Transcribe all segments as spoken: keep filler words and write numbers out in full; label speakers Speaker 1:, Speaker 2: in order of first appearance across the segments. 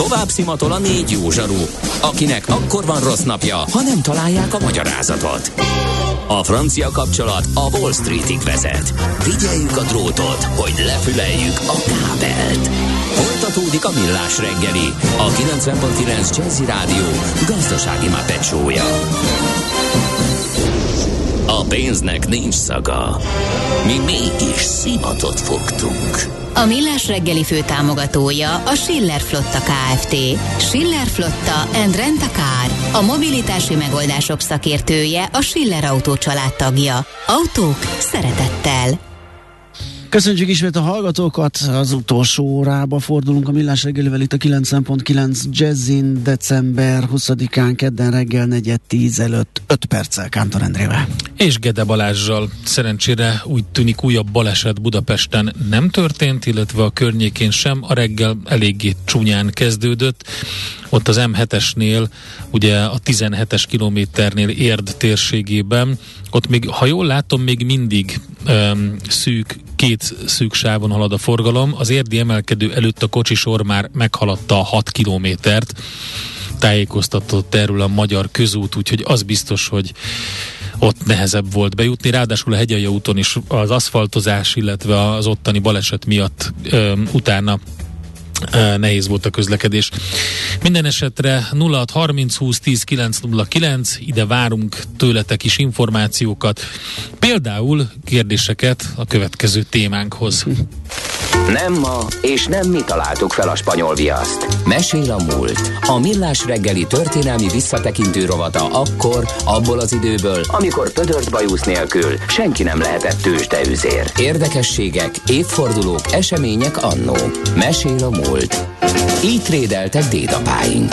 Speaker 1: Tovább szimatol a négy jó zsaru, akinek akkor van rossz napja, ha nem találják a magyarázatot. A francia kapcsolat a Wall Streetig vezet. Figyeljük a drótot, hogy lefüleljük a kábelt. Folytatódik a Millás reggeli, a kilencven pont kilenc Jazzy Rádió gazdasági mápecsója. A pénznek nincs szaga. Mi mégis szimatot fogtunk.
Speaker 2: A Millás reggeli főtámogatója a Schiller Flotta Kft. Schiller Flotta and Rent a Car. A mobilitási megoldások szakértője, a Schiller Autó család tagja. Autók szeretettel.
Speaker 3: Köszönjük ismét a hallgatókat, az utolsó órába fordulunk a Millás reggelivel itt a kilencven pont kilenc Jazzin, december huszadikán, kedden reggel negyed tíz előtt öt perccel Kántor Endrével.
Speaker 4: És Gede Balázssal. Szerencsére úgy tűnik újabb baleset Budapesten nem történt, illetve a környékén sem. A reggel eléggé csúnyán kezdődött. Ott az em hetesnél, ugye a tizenhetes kilométernél Érd térségében, ott még, ha jól látom, még mindig um, szűk, két szűk sávon halad a forgalom. Az érdi emelkedő előtt a kocsisor már meghaladta a hat kilométert. Tájékoztatott erről a Magyar Közút, úgyhogy az biztos, hogy ott nehezebb volt bejutni. Ráadásul a Hegyalja úton is az aszfaltozás, illetve az ottani baleset miatt um, utána nehéz volt a közlekedés. Minden esetre nulla hat harminc húsz tíz kilenc nulla kilenc, ide várunk tőletek is információkat, például kérdéseket a következő témánkhoz.
Speaker 1: Nem ma, és nem mi találtuk fel a spanyol viaszt. Mesél a múlt. A Millás reggeli történelmi visszatekintő rovata akkor, abból az időből, amikor pödört bajusz nélkül senki nem lehetett tőzsdeüzér. Érdekességek, évfordulók, események annó. Mesél a múlt. Így trédeltek dédapáink.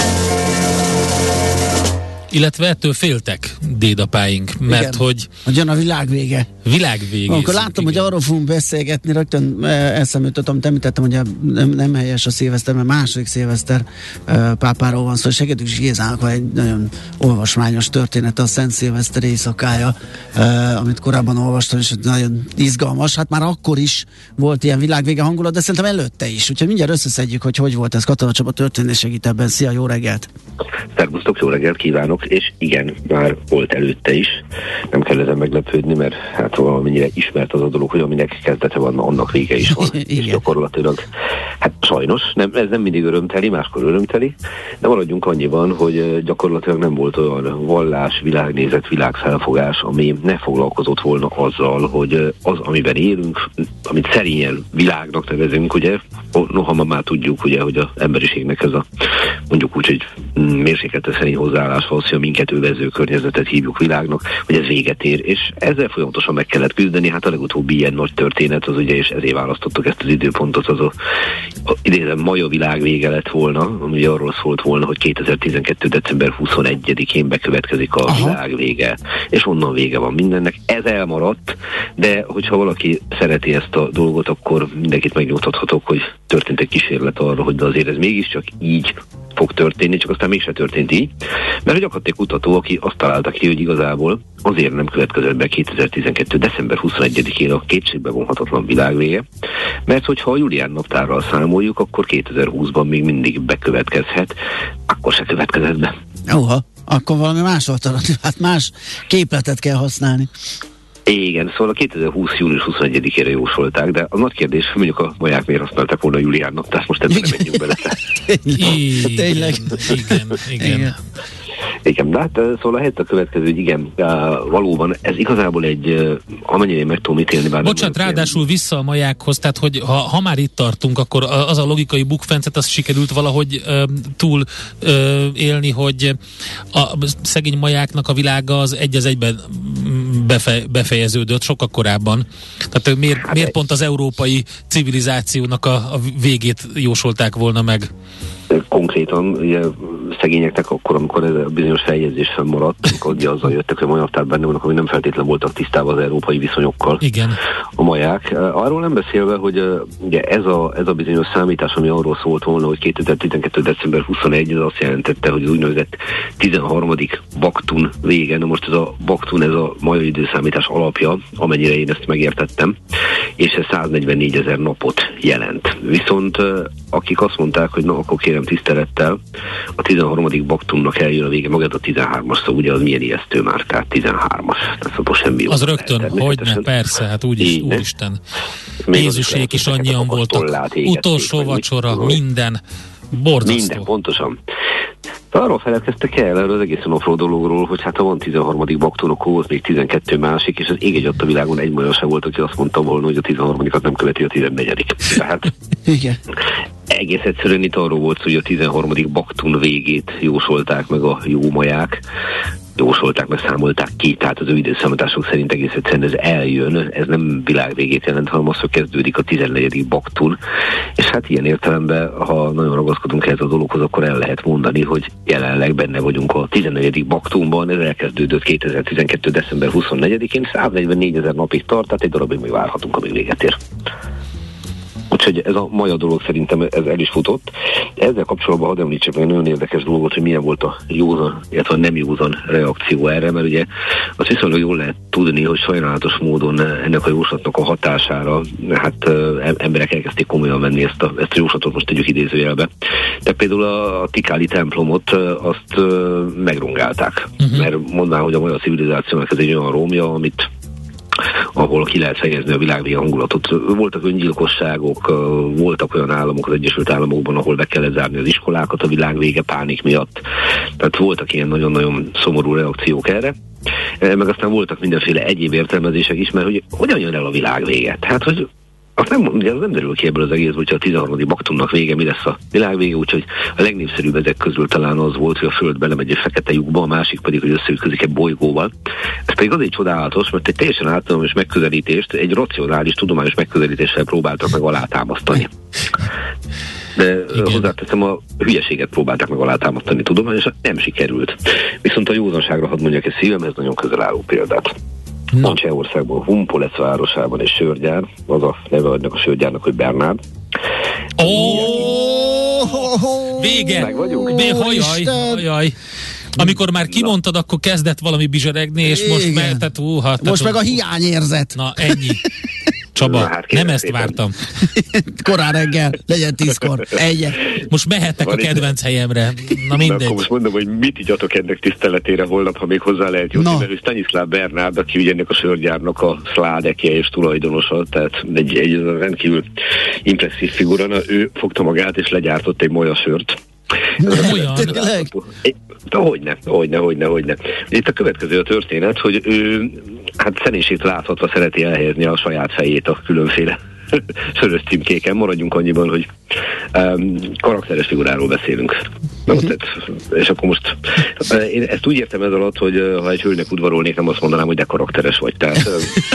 Speaker 4: Illetve ettől féltek dédapáink, mert igen, hogy...
Speaker 3: hogy jön a világ vége.
Speaker 4: Világ vége.
Speaker 3: Amikor láttam, igen, hogy arról fogunk beszélgetni, rögtön eszembe jutott, amit említettem, hogy nem, nem helyes a szilveszter, mert második szilveszter uh, pápáról van szó, és Segedűs Gézának van egy nagyon olvasmányos története, a Szent Szilveszter éjszakája, uh, amit korábban olvastam, és nagyon izgalmas. Hát már akkor is volt ilyen világvége hangulat, de szerintem előtte is. Úgyhogy mindjárt összeszedjük, hogy hogy volt ez. Katona Csaba történés segít ebben. Szia, jó reggelt!
Speaker 5: Szervusztok, jó reggelt kívánok, és igen, már volt előtte is. Nem kell ezen meglepődni, mert hát valamennyire ismert az a dolog, hogy aminek kezdete van, annak vége is van. És gyakorlatilag, hát sajnos, nem, ez nem mindig örömteli, máskor örömteli, de maradjunk annyiban, hogy gyakorlatilag nem volt olyan vallás, világnézet, világfelfogás, ami ne foglalkozott volna azzal, hogy az, amiben élünk, amit szerényen világnak nevezünk, ugye, noha ma már tudjuk, ugye, hogy az emberiségnek ez a, mondjuk úgy, hogy mérsékletes szerény hozzáállás az, hogy a minket övező környezetet hívjuk világnak, hogy ez véget ér, és ezzel folyamatosan meg kellett küzdeni. Hát a legutóbbi ilyen nagy történet az ugye, és ezért választottuk ezt az időpontot, az a, a idézem, maja világ vége lett volna, ami arról szólt volna, hogy kétezer-tizenkettő. december huszonegyedikén bekövetkezik a Aha. világ vége, és onnan vége van mindennek. Ez elmaradt, de hogyha valaki szereti ezt a dolgot, akkor mindenkit megnyugtathatok, hogy történt egy kísérlet arra, hogy de azért ez mégiscsak így fog történni, csak aztán mégse történt így, mert hogy akadt egy kutató, aki azt találta ki, hogy igazából azért nem következett be kétezer-tizenkettő. december huszonegyedikén a kétségbe vonhatatlan világvége, mert hogyha a Julián naptárral számoljuk, akkor kétezer-húszban még mindig bekövetkezhet, akkor se következett be.
Speaker 3: Oha, akkor valami más alternatív, hát más képletet kell használni.
Speaker 5: Igen, szóval a kétezer-húsz. július huszonegyedikére jósolták, de a nagy kérdés, mondjuk a maják miért használták volna a Julián naptárt, most ebben nem menjünk bele.
Speaker 4: Igen,
Speaker 3: tényleg.
Speaker 4: Igen, igen. igen.
Speaker 5: Igen, de hát szóval a helyett a következő, hogy igen, valóban ez igazából egy, amennyire én meg tudom ítélni.
Speaker 4: Bocsánat, ráadásul ilyen... vissza a majákhoz, tehát hogy ha, ha már itt tartunk, akkor az a logikai bukfencet, az sikerült valahogy uh, túl uh, élni, hogy a szegény majáknak a világa az egy az egyben befe, befejeződött sokkal korábban. Tehát miért, hát miért pont az európai civilizációnak a, a végét jósolták volna meg?
Speaker 5: Konkrétan ugye, szegényeknek akkor, amikor ez a bizonyos feljegyzés fennmaradt, amikor ugye azzal jöttek, hogy a naptár benne vannak, ami nem feltétlenül voltak tisztában az európai viszonyokkal.
Speaker 4: Igen.
Speaker 5: A maják. Arról nem beszélve, hogy ugye ez a, ez a bizonyos számítás, ami arról szólt volna, hogy kétezer-tizenkettő. december huszonegyedike, ez azt jelentette, hogy az úgynevezett tizenharmadik baktun vége. Na most ez a baktun, ez a maja időszámítás alapja, amennyire én ezt megértettem, és ez száznegyvennégyezer napot jelent. Viszont akik azt mondták, hogy na, akkor kérem tisztelettel, a tizenharmadik baktumnak eljön a vége, magát a tizenhármas, szóval ugye az milyen ijesztő már, tehát tizenhármas. Tehát az semmi
Speaker 4: az rögtön, hogyne, persze, hát úgyis, úristen. Jézusék is annyian voltak. Utolsó vacsora, minden. Borzasztó.
Speaker 5: Minden, pontosan. De arról feledkeztek el, erről az egészen apró dologról, hogy hát ha van tizenharmadik bakton, akkor volt még tizenkettő másik, és az ég egy ott a világon egy magyar se volt, aki azt mondta volna, hogy a tizenharmadikat nem követi a tizennegyedik. Tehát
Speaker 3: igen.
Speaker 5: Egész egyszerűen itt arról volt szó, hogy a tizenharmadik baktun végét jósolták meg a jó maják, jósolták, meg számolták ki, tehát az ő időszámítások szerint egész egyszerűen ez eljön, ez nem világvégét jelent, hanem az, hogy kezdődik a tizennegyedik baktun, és hát ilyen értelemben, ha nagyon ragaszkodunk ehhez a dologhoz, akkor el lehet mondani, hogy jelenleg benne vagyunk a tizennegyedik baktunban, ez elkezdődött kétezer-tizenkettő. december huszonnegyedikén, száznegyvennégyezer napig tart, tehát egy darabig még várhatunk, amíg véget ér. Úgyhogy ez a maja dolog szerintem ez el is futott. Ezzel kapcsolatban hadd említsek meg egy nagyon érdekes dolgot, hogy milyen volt a józan, illetve a nem józan reakció erre, mert ugye azt viszonylag jól lehet tudni, hogy sajnálatos módon ennek a jóslatnak a hatására hát emberek elkezdték komolyan venni ezt a, ezt a jóslatot, most tegyük idézőjelbe. De például a, a Tikáli templomot azt megrongálták, uh-huh. mert mondván, hogy a maja civilizációnak ez egy olyan rómja, amit ahol ki lehet fejezni a világvége hangulatot. Voltak öngyilkosságok, voltak olyan államok az Egyesült Államokban, ahol be kellett zárni az iskolákat a világvége pánik miatt. Tehát voltak ilyen nagyon-nagyon szomorú reakciók erre. Meg aztán voltak mindenféle egyéb értelmezések is, mert hogy hogyan jön el a világvége? Hát, hogy azt nem, ugye az nem derül ki ebből az egész, hogyha a tizenharmadik baktumnak vége, mi lesz a világvége, úgyhogy a legnépszerűbb ezek közül talán az volt, hogy a Föld belemegy egy fekete lyukba, a másik pedig, hogy összeütközik egy bolygóval. Ez pedig azért csodálatos, mert egy teljesen általános megközelítést, egy racionális, tudományos megközelítéssel próbáltak meg alátámasztani. De igen. Hozzáteszem, a hülyeséget próbálták meg alátámasztani tudományosan, nem sikerült. Viszont a józanságra hadd mondjak egy szívemhez nagyon közel álló példát. No. Van Csehországban, Humpolec városában egy sörgyár, az a neve ennek a sörgyárnak, hogy Bernárd.
Speaker 4: Ó, oh, vége!
Speaker 5: Meg vagyunk?
Speaker 4: Bé, hajaj, hajaj. Amikor már kimondtad, na. Akkor kezdett valami bizseregni, és igen. Most meg, tehát, uh, hát,
Speaker 3: most
Speaker 4: tehát,
Speaker 3: meg a hiányérzet.
Speaker 4: Na, ennyi. Csaba, hát nem ezt szépen. Vártam.
Speaker 3: Korán reggel, legyen tízkor. Egyen.
Speaker 4: Most mehettek van a kedvenc helyemre. Na mindegy.
Speaker 5: Na, akkor most mondom, hogy mit igyatok ennek tiszteletére holnap, ha még hozzá lehet jutni, mert hogy Stanislav Bernárd, aki ugye ennek a sörgyárnak a szládekje és tulajdonosa, tehát egy, egy rendkívül impresszív figura, na, ő fogta magát és legyártott egy molya sört.
Speaker 4: Olyan?
Speaker 5: De hogyne, hogyne, hogyne, hogyne. Itt a következő a történet, hogy ő hát szenését láthatva szereti elhelyezni a saját fejét a különféle sörös címkéken. Maradjunk annyiban, hogy um, karakteres figuráról beszélünk. Na, uh-huh. tehát, és akkor most én ezt úgy értem ez alatt, hogy ha egy hölgynek udvarolnék, nem azt mondanám, hogy de karakteres vagy. Tehát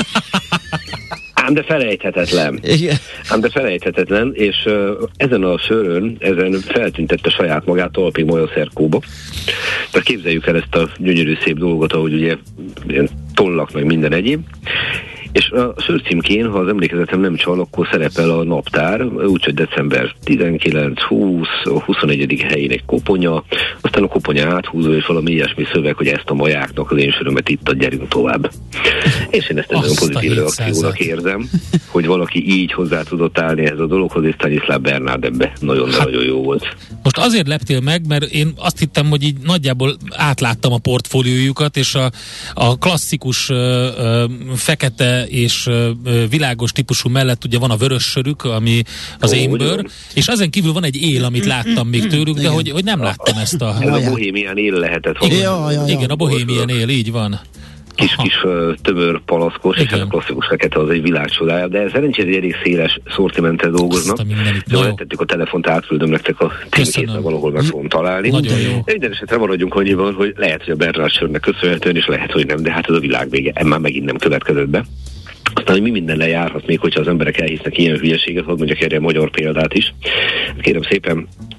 Speaker 5: ám de felejthetetlen. Igen. Ám de felejthetetlen, és uh, ezen a sörön, ezen feltüntette saját magát talpig Molyaszerkóba. Tehát képzeljük el ezt a gyönyörű szép dolgot, ahogy ugye ilyen tollak meg minden egyéb. És a sörcímkén, ha az emlékezetem nem csal, akkor szerepel a naptár, úgyhogy december tizenkilenc, húsz, huszonegyedik helyén egy koponya, aztán a koponya áthúzó és valami ilyesmi szöveg, hogy ezt a majáknak az én sörömet itt a gyerünk tovább. És én ezt egy nagyon pozitív reakciónak érzem, hogy valaki így hozzá tudott állni ehhez a dologhoz, és Stanislav Bernárd ebbe nagyon-nagyon hát, jó volt.
Speaker 4: Most azért leptél meg, mert én azt hittem, hogy így nagyjából átláttam a portfóliójukat, és a, a klasszikus uh, uh, fekete és uh, világos típusú mellett ugye van a vörös sörük, ami az oh, énbőr, és ezen kívül van egy él, amit láttam még tőlük, de hogy, hogy nem láttam ezt a...
Speaker 5: Ez a bohémián él lehetett.
Speaker 4: Igen, ja, ja, ja. Igen, a bohémián él, így van.
Speaker 5: Kis-kis uh, tömör palackos, és a klasszikus fekete az egy világcsodája, de szerencsére egy elég széles szortimenttel dolgoznak. Jó, letettük a telefont, átküldöm nektek a címkét, meg valahol meg fogom találni.
Speaker 4: Nagyon jó.
Speaker 5: Minden esetre maradjunk annyiban, hogy lehet, hogy a Bernárd sörnek köszönhetően, és lehet, hogy nem, de hát ez a világ vége. Ez már megint nem következett be. Aztán, hogy mi mindennel járhat még, hogyha az emberek elhisznek ilyen hülyeséget, hadd mondjak erre a magyar példát is. Kérem szépen,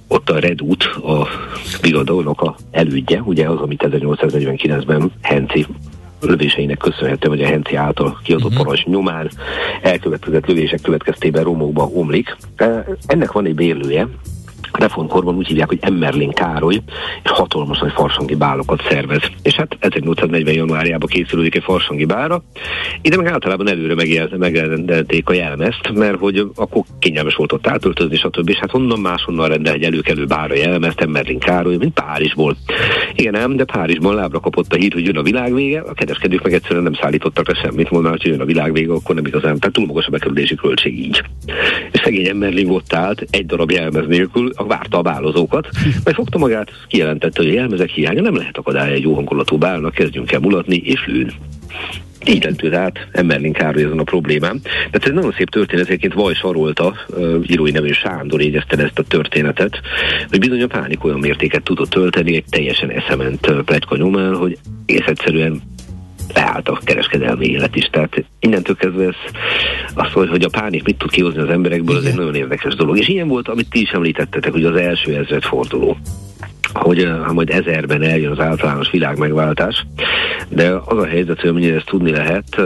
Speaker 5: ott a Redut, a Birodalomnak a elődje, ugye az, amit ezernyolcszáznegyvenkilencben Henczy lövéseinek köszönhetően, vagy a Henczy által kiadott uh-huh. parancs nyomán elkövetkezett lövések következtében romokba omlik. Ennek van egy bérlője, reformkorban úgy hívják, hogy Emmerlin Károly, és hatalmas nagy farsangi bálokat szervez. És hát ezernyolcszáznegyven januárjában készülődik egy farsangi bálra. Ide meg általában előre megrendelték a jelmezt, mert hogy akkor kényelmes volt ott átöltözni, stb. És hát honnan máshonnan rendel egy előkelő bálra jelmezt Emmerlin Károly, mint Párizsból. Igen ám, de Párizsban lábra kapott a hír, hogy jön a világvége, a kereskedők meg egyszerűen nem szállítottak le semmit, mondanak, hogy jön a világvége, akkor nem igazán, tehát túl magas a bekerülési költség így. És szegény Emmerlin ott állt egy darab jelmez nélkül, várta a bálozókat, majd fogta magát, kijelentette, hogy a jelmezek hiánya nem lehet akadálya egy jó hangulatú bálnak, kezdjünk el mulatni, és lőn. Így lentült át Emmerlin Károly ezen a problémán. De ez egy nagyon szép történet, egyébként Vaj Sarolta, uh, írói nevű Sándor jegyezte ezt a történetet, hogy bizony a pánik olyan mértéket tudott tölteni egy teljesen eszement uh, pletyka nyomán, hogy egész egyszerűen leállt a kereskedelmi élet is. Tehát innentől kezdve ez azt mondja, hogy a pánik mit tud kihozni az emberekből, az egy nagyon érdekes dolog. És ilyen volt, amit ti is említettetek, hogy az első ezredforduló, hogy ha majd ezerben eljön az általános világ megváltás, de az a helyzet, hogy mennyire ezt tudni lehet,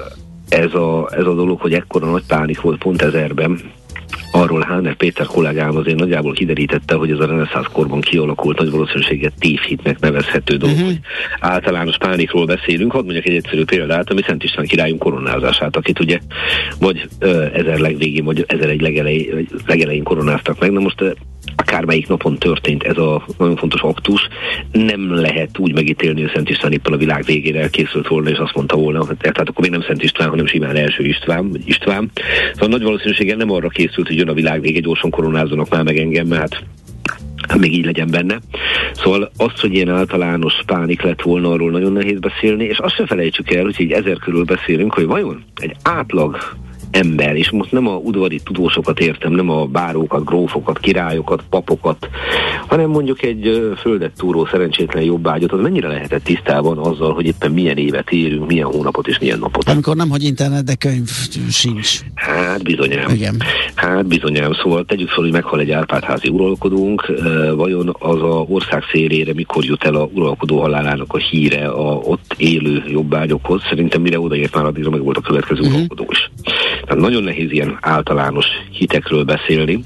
Speaker 5: ez a, ez a dolog, hogy ekkora nagy pánik volt pont ezerben, arról Háner Péter kollégám azért nagyjából kiderítette, hogy ez a reneszánsz korban kialakult nagy valószínűséggel tévhitnek nevezhető dolog, uh-huh. hogy általános pánikról beszélünk. Hadd mondjak egy egyszerű példát, ami Szent István királyunk koronázását, akit ugye vagy ö, ezer legvégén, vagy ezer egy legelej, legelején koronáztak meg. Na most ö, akármelyik napon történt ez a nagyon fontos aktus, nem lehet úgy megítélni, hogy Szent István éppen a világ végére elkészült volna, és azt mondta volna, tehát akkor még nem Szent István, hanem simán első István, vagy István. Szóval nagy valószínűséggel nem arra készült, hogy jön a világ vége, gyorsan koronázzanak már meg engem, mert hát még így legyen benne. Szóval azt, hogy ilyen általános pánik lett volna, arról nagyon nehéz beszélni, és azt se felejtsük el, hogy így ezer körül beszélünk, hogy vajon egy átlag ember, és most nem a udvari tudósokat értem, nem a bárókat, grófokat, királyokat, papokat, hanem mondjuk egy földet túró szerencsétlen jobbágyat, az mennyire lehetett tisztában azzal, hogy éppen milyen évet élünk, milyen hónapot és milyen napot.
Speaker 3: Amikor nem, hogy internet, de könyv sincs.
Speaker 5: Hát bizonyám.
Speaker 3: Igen.
Speaker 5: Hát bizonyám. Szóval tegyük fel, hogy meghal egy Árpád-házi uralkodónk, vajon az a ország szélére mikor jut el a uralkodó halálának a híre a ott élő jobbágyokhoz? Szerintem mire odaért már, addigra meg volt a következő uh-huh. uralkodó is. Tehát nagyon nehéz ilyen általános hitekről beszélni.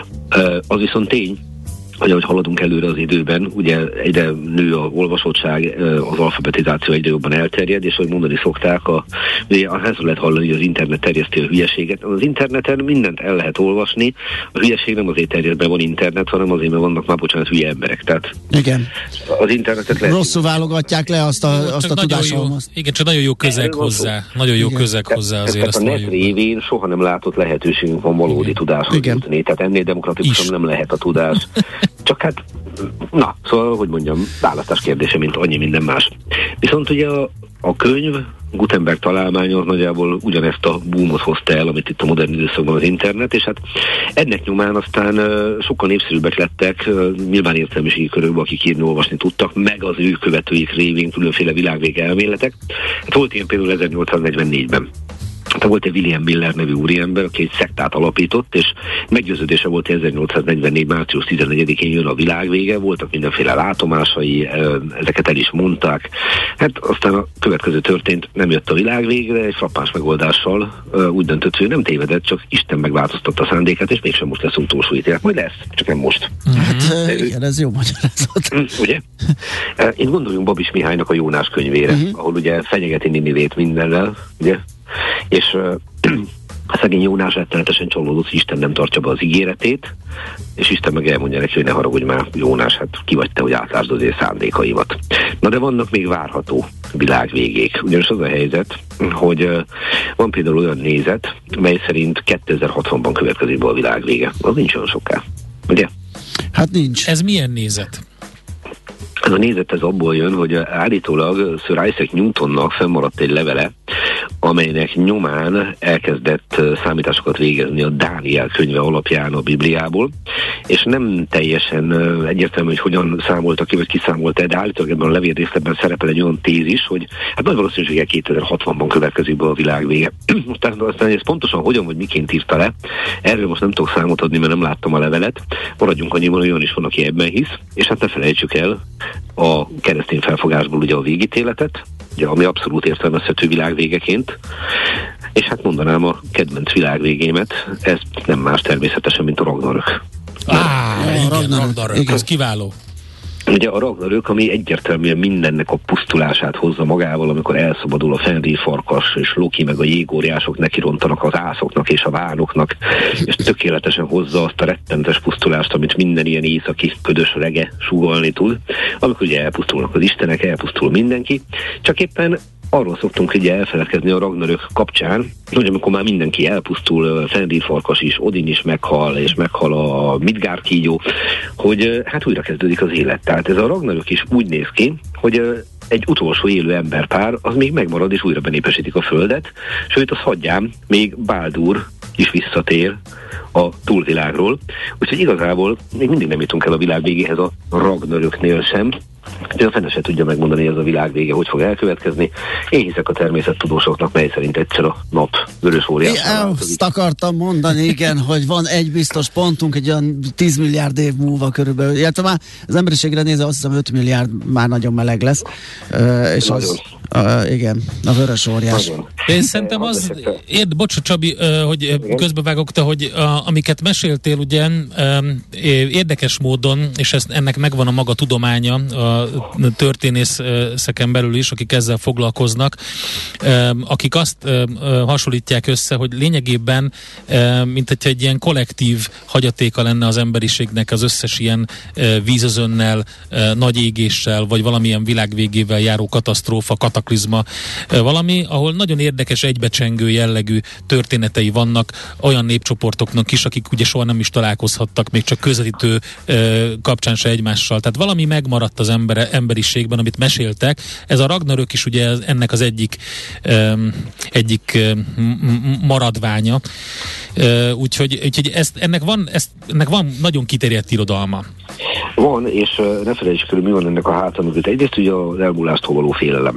Speaker 5: Az viszont tény, hogy ahogy haladunk előre az időben, ugye egyre nő a olvasottság, az alfabetizáció egyre jobban elterjed, és ahogy mondani szokták, a, ugye hányszor lehet hallani, hogy az internet terjeszti a hülyeséget. Az interneten mindent el lehet olvasni, a hülyeség nem azért terjed, mert van internet, hanem azért, mert vannak már, bocsánat, hülye emberek. Tehát
Speaker 3: igen.
Speaker 5: Az internetet lehet...
Speaker 3: Rosszul válogatják le azt a, azt a tudásalmat.
Speaker 4: Igen, csak nagyon jó közeg hozzá. Nagyon jó igen. közeg hozzá azért.
Speaker 5: Tehát a net révén soha nem látott lehetőségünk van valódi tudáshoz jutni. Tehát ennél demokratikusan nem lehet a tudás. Csak hát, na, szóval, hogy mondjam, választás kérdése, mint annyi minden más. Viszont ugye a, a könyv, Gutenberg találmánya az nagyjából ugyanezt a boomot hozta el, amit itt a modern időszakban az internet, és hát ennek nyomán aztán uh, sokkal népszerűbbek lettek uh, nyilván értelmiségi körökben, akik írni, olvasni tudtak, meg az ő követőik révén különféle világvége elméletek. Hát volt ilyen például ezernyolcszáznegyvennégyben. Tehát volt egy William Miller nevű úriember, aki egy szektát alapított, és meggyőződése volt, hogy ezernyolcszáznegyvennégy március tizenegyedikén jön a világvége, voltak mindenféle látomásai, ezeket el is mondták. Hát aztán a következő történt, nem jött a világvégre, egy frappáns megoldással úgy döntött, hogy nem tévedett, csak Isten megváltoztatta a szándékát, és mégsem most lesz utolsó ítélet. Majd lesz, csak nem most.
Speaker 3: Hát uh, igen, ez jó magyarázat.
Speaker 5: Ugye? Én gondoljunk Babis Mihálynak a Jónás könyvére, uh-huh. ahol ugye fenyegeti Ninivét mindennel, ugye? És uh, a szegény Jónás rettenetesen csalódott, hogy Isten nem tartja be az ígéretét, és Isten meg elmondja neki, hogy ne haragudj már, Jónás, hát ki vagy te, hogy átlásd az én szándékaimat. Na de vannak még várható világvégék. Ugyanis az a helyzet, hogy uh, van például olyan nézet, mely szerint kétezer-hatvanban következik be a világvége. Az nincs olyan soká, ugye?
Speaker 3: Hát nincs.
Speaker 4: Ez milyen nézet?
Speaker 5: Ez a nézet ez abból jön, hogy állítólag Sir Isaac Newtonnak fennmaradt egy levele, amelynek nyomán elkezdett számításokat végezni a Dániel könyve alapján a Bibliából, és nem teljesen egyértelmű, hogy hogyan számoltak ki, vagy kiszámolta, de állítólag ebben a levélrészletben szerepel egy olyan tézis, hogy hát nagy valószínűséggel kétezer-hatvanban következik be a világ vége. Aztán, aztán ez pontosan hogyan vagy miként írta le, erről most nem tudok számot adni, mert nem láttam a levelet. Maradjunk annyiban, hogy olyan is van, aki ebben hisz, és hát ne felejtsük el a keresztény felfogásból ugye a végítéletet, ugye, ami abszolút értelmezhető világvégeként, és hát mondanám a kedvenc világvégémet, ez nem más természetesen, mint a Ragnarök.
Speaker 4: Á, igen, Ragnarök, ez kiváló.
Speaker 5: Ugye a Ragnarök, ami egyértelműen mindennek a pusztulását hozza magával, amikor elszabadul a Fenrir farkas, és Loki meg a jégóriások nekirontanak az ászoknak és a vánoknak, és tökéletesen hozza azt a rettentes pusztulást, amit minden ilyen északi ködös rege sugallni tud, amikor ugye elpusztulnak az istenek, elpusztul mindenki, csak éppen arról szoktunk ugye elfeledkezni a Ragnarök kapcsán, hogy amikor már mindenki elpusztul, Fenrir farkas is, Odin is meghal, és meghal a Midgard kígyó, hogy hát újra kezdődik az élet. Tehát ez a Ragnarök is úgy néz ki, hogy egy utolsó élő emberpár, az még megmarad, és újra benépesítik a földet, sőt az hagyjám, még Baldur is visszatér a túlvilágról. Úgyhogy igazából még mindig nem jutunk el a világ végéhez a Ragnaröknél sem. De a fene se tudja megmondani, hogy ez a világ vége hogy fog elkövetkezni. Én hiszek a természettudósoknak, mely szerint egyszer a nap vörös óriásán.
Speaker 3: Azt akartam mondani, igen, hogy van egy biztos pontunk, egy olyan tíz milliárd év múlva körülbelül. Illetve már az emberiségre nézve azt hiszem öt milliárd már nagyon meleg lesz. Uh, és
Speaker 5: nagyon.
Speaker 3: az, uh, igen, a vörös óriás.
Speaker 5: Nagyon.
Speaker 4: Én szerintem az, érd, bocs, Csabi, hogy igen? közbevágok, te, hogy a, amiket meséltél, ugye érdekes módon, és ezt, ennek megvan a maga tudománya a történészeken belül is, akik ezzel foglalkoznak, akik azt hasonlítják össze, hogy lényegében, mint hogyha egy ilyen kollektív hagyatéka lenne az emberiségnek az összes ilyen vízözönnel, nagy égéssel, vagy valamilyen világvégével járó katasztrófa, kataklizma, valami, ahol nagyon érdekes egybecsengő jellegű történetei vannak olyan népcsoportoknak is, akik ugye soha nem is találkozhattak, még csak közvetítő kapcsán se egymással. Tehát valami megmaradt az ember, emberiségben, amit meséltek. Ez a Ragnarök is ugye ennek az egyik um, egyik um, maradványa. Uh, úgyhogy, úgyhogy ezt, ennek, van, ezt, ennek van nagyon kiterjedt irodalma.
Speaker 5: Van, és uh, ne felejtsük, hogy mi van ennek a háta mögött. Egyrészt ugye az elmúlástól való félelem.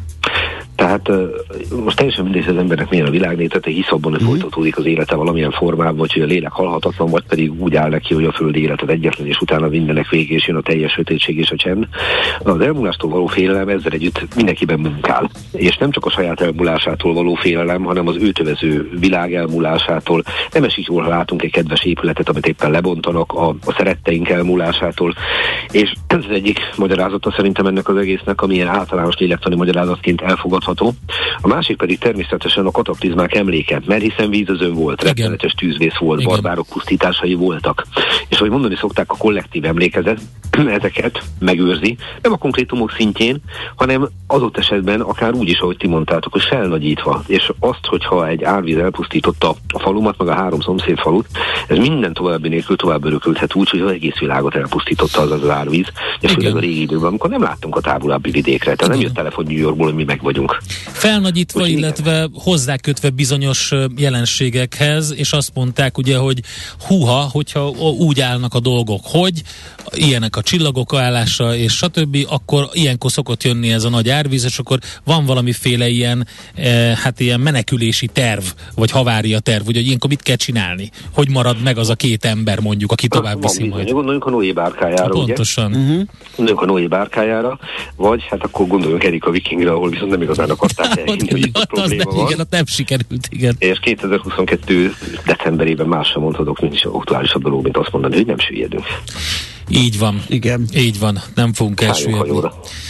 Speaker 5: Tehát uh, most teljesen mindegy, az embernek milyen a világnézete, hisz abban, hogy folytatódik az élete valamilyen formában, vagy hogy a lélek halhatatlan, vagy pedig úgy áll neki, hogy a földi életet egyetlen, és utána mindennek vége, és jön a teljes sötétség és a csend. Az elmúlástól való félelem ezzel együtt mindenkiben munkál. És nem csak a saját elmúlásától való félelem, hanem az őt övező világ elmúlásától. Nem esik jól, ha látunk egy kedves épületet, amit éppen lebontanak, a, a szeretteink elmúlásától. És ez az egyik magyarázata szerintem ennek az egésznek, amilyen általános lélektani magyarázatként elfogadható. A másik pedig természetesen a kataklizmák emléke, mert hiszen vízözön volt, rettenetes tűzvész volt, igen, barbárok pusztításai voltak. És ahogy mondani szokták, a kollektív emlékezet ezeket megőrzi, nem a konkrétumok szintjén, hanem adott esetben akár úgy is, ahogy ti mondtátok, hogy felnagyítva. És azt, hogyha egy árvíz elpusztította a falumat, meg a három szomszéd falut, ez minden további nélkül tovább örökülhet úgy, hogy az egész világot elpusztította az az árvíz. És főleg a régi időben, amikor nem láttunk a távolabbi vidékre, tehát nem jött telefon New Yorkból, hogy mi meg vagyunk.
Speaker 4: Felnagyítva, úgy, illetve hozzákötve bizonyos jelenségekhez, és azt mondták ugye, hogy húha, hogyha úgy állnak a dolgok, hogy ilyenek a csillagok állása, és stb., akkor ilyenkor szokott jönni ez a nagy árvíz, és akkor van valamiféle ilyen, eh, hát ilyen menekülési terv, vagy havária terv, hogy ilyenkor mit kell csinálni? Hogy marad meg az a két ember mondjuk, aki tovább viszi
Speaker 5: bizony, majd? Gondoljunk a Noé bárkájára,
Speaker 4: ha, pontosan.
Speaker 5: Ugye? Uh-huh. Gondoljunk a Noé bárkájára, vagy hát akkor gondoljunk Erika Vikingre, ahol viszont nem igazán akarták elhinni, hogy a probléma van.
Speaker 4: Igen, ott nem sikerült, igen.
Speaker 5: És kétezer-huszonkettő decemberében más sem mondhatok, nincs aktuálisabb dolog, mint azt mondani, hogy nem süllyedünk.
Speaker 4: Így van.
Speaker 3: Igen.
Speaker 4: Így van. Nem fogunk elsüllyedni.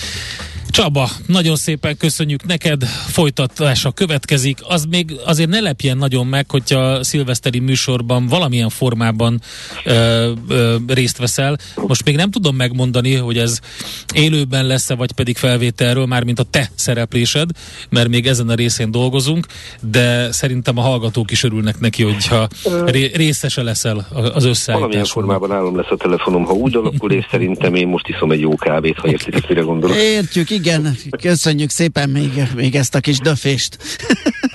Speaker 4: Csaba, nagyon szépen köszönjük neked, folytatása következik. Az még azért ne lepjen nagyon meg, hogyha a szilveszteri műsorban valamilyen formában ö, ö, részt veszel. Most még nem tudom megmondani, hogy ez élőben lesz-e, vagy pedig felvételről, mármint a te szereplésed, mert még ezen a részén dolgozunk, de szerintem a hallgatók is örülnek neki, hogyha ré- részese leszel az összeállításon.
Speaker 5: Valamilyen formában nálam lesz a telefonom, ha úgy alakul, és szerintem én most iszom egy jó kávét, ha értitek, mire gondolok.
Speaker 3: Értjük, igen. Köszönjük szépen még, még ezt a kis döfést.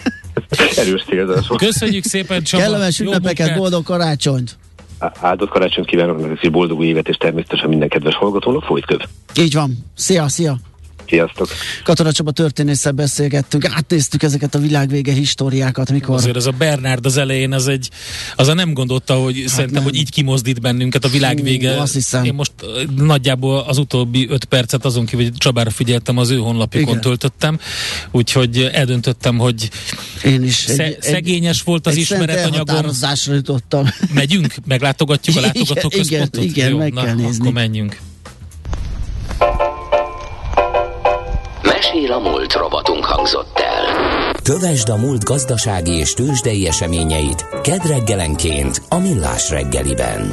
Speaker 5: Erős célzás.
Speaker 4: Köszönjük szépen, Csaba.
Speaker 3: Kellemes ünnepeket, boldog karácsonyt.
Speaker 5: Áldott karácsonyt kívánok, és boldog új évet, és természetesen minden kedves hallgatónak folytköv.
Speaker 3: Így van. Szia, szia.
Speaker 5: Sziasztok!
Speaker 3: Katona Csaba történésszel beszélgettünk, átnéztük ezeket a világvége históriákat, mikor...
Speaker 4: Azért ez a Bernárd az elején, az egy, az a nem gondolta, hogy hát szerintem, nem. hogy így kimozdít bennünket a világvége.
Speaker 3: Hú, azt hiszem.
Speaker 4: Én most nagyjából az utóbbi öt percet azon kívül, hogy Csabára figyeltem, az ő honlapjukon Igen. töltöttem, úgyhogy eldöntöttem, hogy
Speaker 3: Én is
Speaker 4: sze-
Speaker 3: egy,
Speaker 4: szegényes volt az
Speaker 3: egy
Speaker 4: ismeretanyagon.
Speaker 3: jutottam.
Speaker 4: Megyünk? Meglátogatjuk a látogatóközpontot?
Speaker 3: Igen, igen,
Speaker 4: Jó,
Speaker 3: meg
Speaker 4: na,
Speaker 3: kell nézni.
Speaker 4: Akkor menjünk.
Speaker 1: Mesél a múlt robotunk hangzott el. Kövesd a múlt gazdasági és tőzsdei eseményeit kedd reggelenként a Millás reggeliben.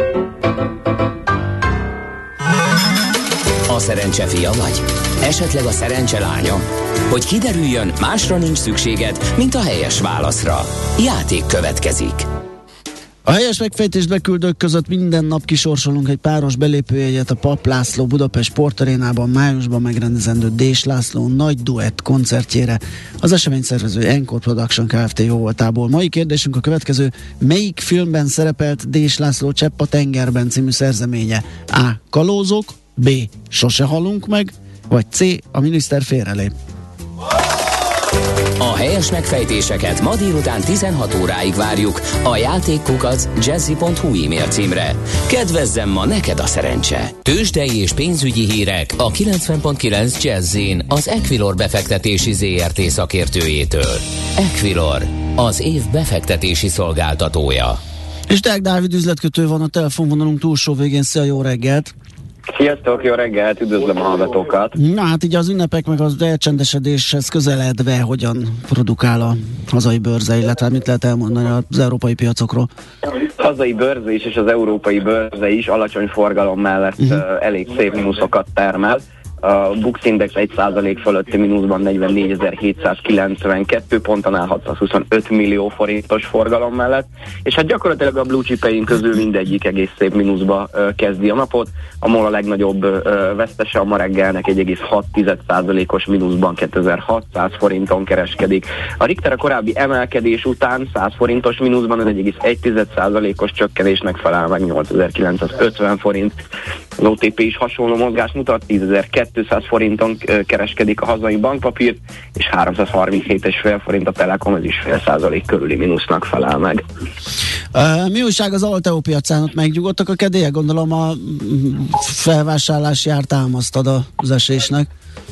Speaker 1: A szerencse fia vagy? Esetleg a szerencse lánya? Hogy kiderüljön, másra nincs szükséged, mint a helyes válaszra. Játék következik.
Speaker 3: A helyes megfejtést beküldők között minden nap kisorsolunk egy páros belépőjegyet a Papp László Budapest Sportarénában májusban megrendezendő Dés László nagy duett koncertjére. Az esemény szervező Encore Production Kft. Jóvoltából. Mai kérdésünk a következő: melyik filmben szerepelt Dés László Csepp a tengerben című szerzeménye? A. Kalózok, B. Sose halunk meg, vagy C. A miniszter félrelép.
Speaker 1: A helyes megfejtéseket ma délután tizenhat óráig várjuk a játékkukac jazzy pont hu e-mail címre. Kedvezzem ma neked a szerencse! Tőzsdei és pénzügyi hírek a kilencven pont kilenc Jazzin az Equilor befektetési zé er té szakértőjétől. Equilor, az év befektetési szolgáltatója.
Speaker 3: És Deák Dávid üzletkötő van a telefonvonalunk túlsó végén. Szia, jó reggelt!
Speaker 6: Sziasztok, jó reggelt, üdvözlöm a hallgatókat!
Speaker 3: Na hát így az ünnepek meg az elcsendesedéshez közeledve hogyan produkál a hazai bőrze, illetve mit lehet elmondani az európai piacokról?
Speaker 6: A hazai bőrze is és az európai bőrze is alacsony forgalom mellett uh-huh. uh, elég szép mínuszokat termel. A Bux Index egy százalék fölötti mínuszban negyvennégyezer-hétszázkilencvenkettő ponton áll hatszázhuszonöt millió forintos forgalom mellett, és hát gyakorlatilag a blue chipeink közül mindegyik egész szép mínuszba uh, kezdi a napot. A MOL a legnagyobb uh, vesztese, a ma reggelnek egy egész hat százalékos mínuszban kétezer-hatszáz forinton kereskedik. A Richter a korábbi emelkedés után száz forintos mínuszban az egy egész egy százalékos csökkenésnek felel meg nyolcezer-kilencszázötven forint. Az o té pé is hasonló mozgást mutat, tízezer-kétszáz forinton kereskedik a hazai bankpapírt, és háromszázharminchét egész öt forint a Telekom, ez is fél százalék körüli mínusznak felel meg.
Speaker 3: Uh, mi újság az Alteo piacán? Ott megnyugodtak a kedélyek? Gondolom a felvásárlási ár támasztad az esésnek.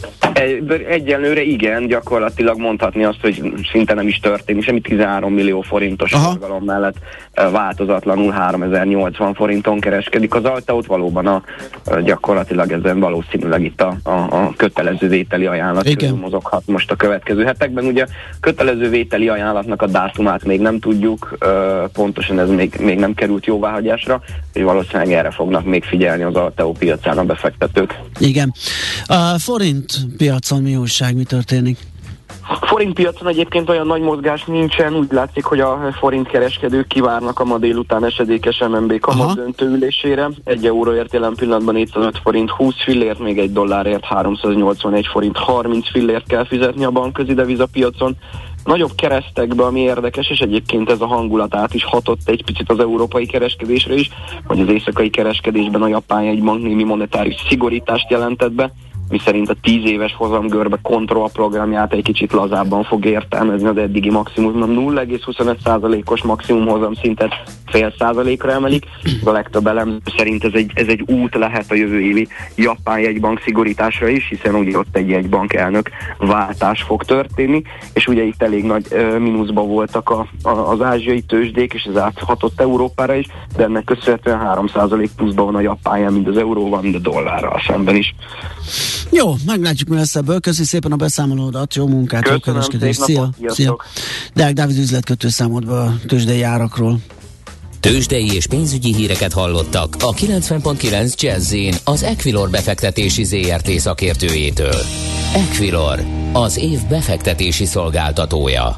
Speaker 6: Egyenlőre igen, gyakorlatilag mondhatni azt, hogy szinte nem is történik, semmi tizenhárom millió forintos forgalom mellett változatlanul háromezer-nyolcvan forinton kereskedik az Alteót, valóban a, gyakorlatilag ezen valószínűleg itt a, a, a kötelező vételi ajánlat igen. közül mozoghat most a következő hetekben. Ugye kötelező vételi ajánlatnak a dátumát még nem tudjuk, pontosan ez még, még nem került jóváhagyásra, és valószínűleg erre fognak még figyelni az Alteo piacán a befektetők.
Speaker 3: Igen. A forint piacon mi újság, mi történik?
Speaker 6: A forint piacon egyébként olyan nagy mozgás nincsen, úgy látszik, hogy a forint kereskedők kivárnak a ma délután esedékes em en bé kamat döntő ülésére. Egy euróért jelen pillanatban négyszázöt forint húsz fillért, még egy dollárért háromszáznyolcvanegy forint harminc fillért kell fizetni a bankközi devizapiacon. Nagyobb keresztekbe, ami érdekes, és egyébként ez a hangulat át is hatott egy picit az európai kereskedésre is, hogy az éjszakai kereskedésben a japán jegybank némi monetáris szigorítást jelentett be, miszerint a tíz éves hozamgörbe kontrollprogramját egy kicsit lazábban fog értelmezni az eddigi maximum nulla egész huszonöt százalékos maximum hozamszintet fél százalékra emelik. A legtöbb elemző szerint ez egy, ez egy út lehet a jövő évi japán jegybank szigorításra is, hiszen ugye ott egy jegybank elnök váltás fog történni, és ugye itt elég nagy uh, mínuszban voltak a, a, az ázsiai tőzsdék, és ez áthatott Európára is, de ennek köszönhetően három százalék pluszban van a japán jen, mind az euróval, mind a dollárral szemben is.
Speaker 3: Jó, meglátjuk, mi lesz ebből. Köszi szépen a beszámolódat, jó munkát,
Speaker 6: köszönöm,
Speaker 3: jó kereskedést. Szia, szia. Deák Dávid üzletkötő számolt be a tőzsdei árakról.
Speaker 1: Tőzsdei és pénzügyi híreket hallottak a kilencven pont kilenc Jazzin az Equilor befektetési zé er té szakértőjétől. Equilor, az év befektetési szolgáltatója.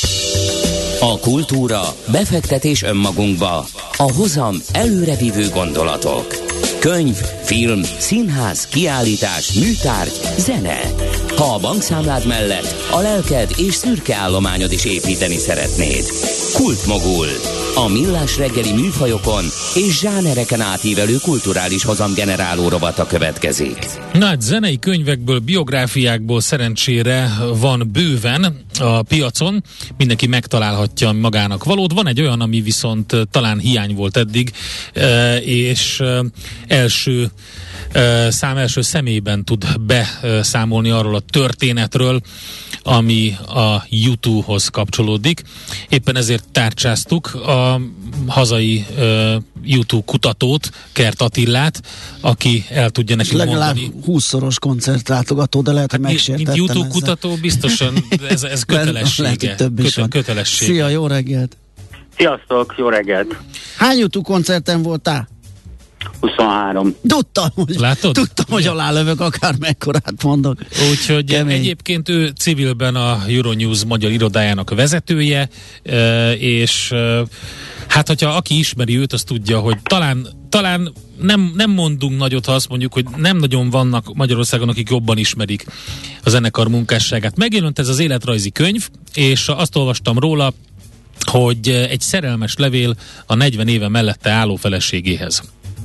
Speaker 1: A kultúra, befektetés önmagunkba, a hozam előrevívő gondolatok. Könyv, Film, színház, kiállítás, műtárgy, zene. Ha a bankszámlád mellett a lelked és szürke állományod is építeni szeretnéd. Kultmogul. A millás reggeli műfajokon és zsánereken átívelő kulturális hozamgeneráló rovata következik.
Speaker 4: Na hát zenei könyvekből, biográfiákból szerencsére van bőven a piacon. Mindenki megtalálhatja magának valót. Van egy olyan, ami viszont talán hiány volt eddig, és első szám első személyben tud beszámolni arról a történetről, ami a U kettőhoz kapcsolódik. Éppen ezért tárcsáztuk a hazai uh, U kettő kutatót, Kert Attillát, aki el tudja nekünk mondani.
Speaker 3: Legalább húszszoros koncertlátogató, de lehet, hogy hát megsértettem
Speaker 4: mint U kettő kutató biztosan ez, ez kötelessége.
Speaker 3: Lehet, hogy több is
Speaker 4: Köte,
Speaker 3: van.
Speaker 4: Kötelessége.
Speaker 3: Szia, jó reggelt!
Speaker 6: Sziasztok, jó reggelt!
Speaker 3: Hány U kettő koncerten voltál?
Speaker 6: huszonhárom.
Speaker 3: Tudtam, hogy, tudtam, hogy alálövök, akár mekkorát mondok.
Speaker 4: Úgyhogy Kemény. Egyébként ő civilben a Euronews magyar irodájának vezetője, és hát, hogyha aki ismeri őt, az tudja, hogy talán, talán nem, nem mondunk nagyot, ha azt mondjuk, hogy nem nagyon vannak Magyarországon, akik jobban ismerik a zenekar munkásságát. Megjelent ez az életrajzi könyv, és azt olvastam róla, hogy egy szerelmes levél a negyven éve mellette álló feleségéhez.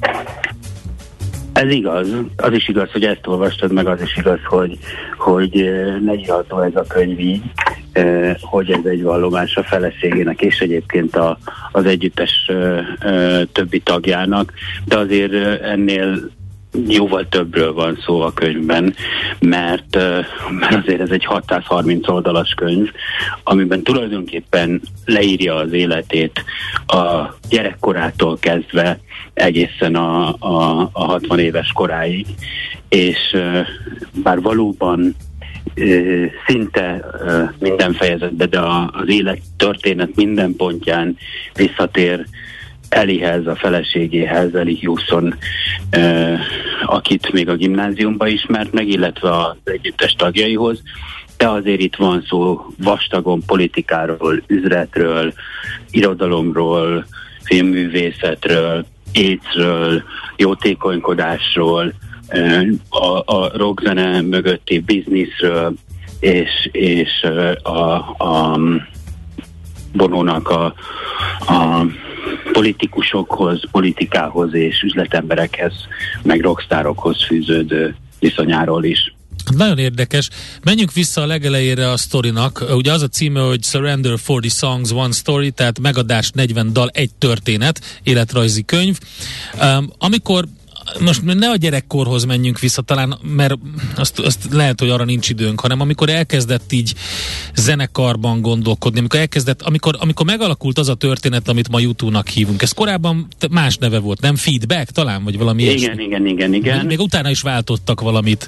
Speaker 7: Ez igaz. Az is igaz, hogy ezt olvastad, meg az is igaz, hogy, hogy leírható ez a könyv így, hogy ez egy vallomás a feleségének, és egyébként a, az együttes többi tagjának, de azért ennél jóval többről van szó a könyvben, mert, mert azért ez egy hatszázharminc oldalas könyv, amiben tulajdonképpen leírja az életét a gyerekkorától kezdve egészen a, a, a hatvan éves koráig, és bár valóban szinte minden fejezetben, de az élet történet minden pontján visszatér Elihez, a feleségéhez, Eli Hewson, eh, akit még a gimnáziumban ismert meg, illetve az együttes tagjaihoz, de azért itt van szó vastagon politikáról, üzletről, irodalomról, filmművészetről, écről, jótékonykodásról, eh, a, a rockzene mögötti bizniszről, és, és a, a Bonónak a, a politikusokhoz, politikához és üzletemberekhez, meg rockstárokhoz fűződő viszonyáról is.
Speaker 4: Nagyon érdekes. Menjünk vissza a legelejére a sztorinak. Ugye az a címe, hogy Surrender forty songs, one story, tehát megadás negyven dal, egy történet, életrajzi könyv. Um, amikor most ne a gyerekkorhoz menjünk vissza talán, mert azt, azt lehet, hogy arra nincs időnk, hanem amikor elkezdett így zenekarban gondolkodni, amikor elkezdett, amikor, amikor megalakult az a történet, amit ma U kettőnek hívunk. Ez korábban más neve volt, nem? Feedback talán, vagy valami
Speaker 7: igen,
Speaker 4: ilyesmi?
Speaker 7: Igen, igen, igen.
Speaker 4: Még, még utána is váltottak valamit.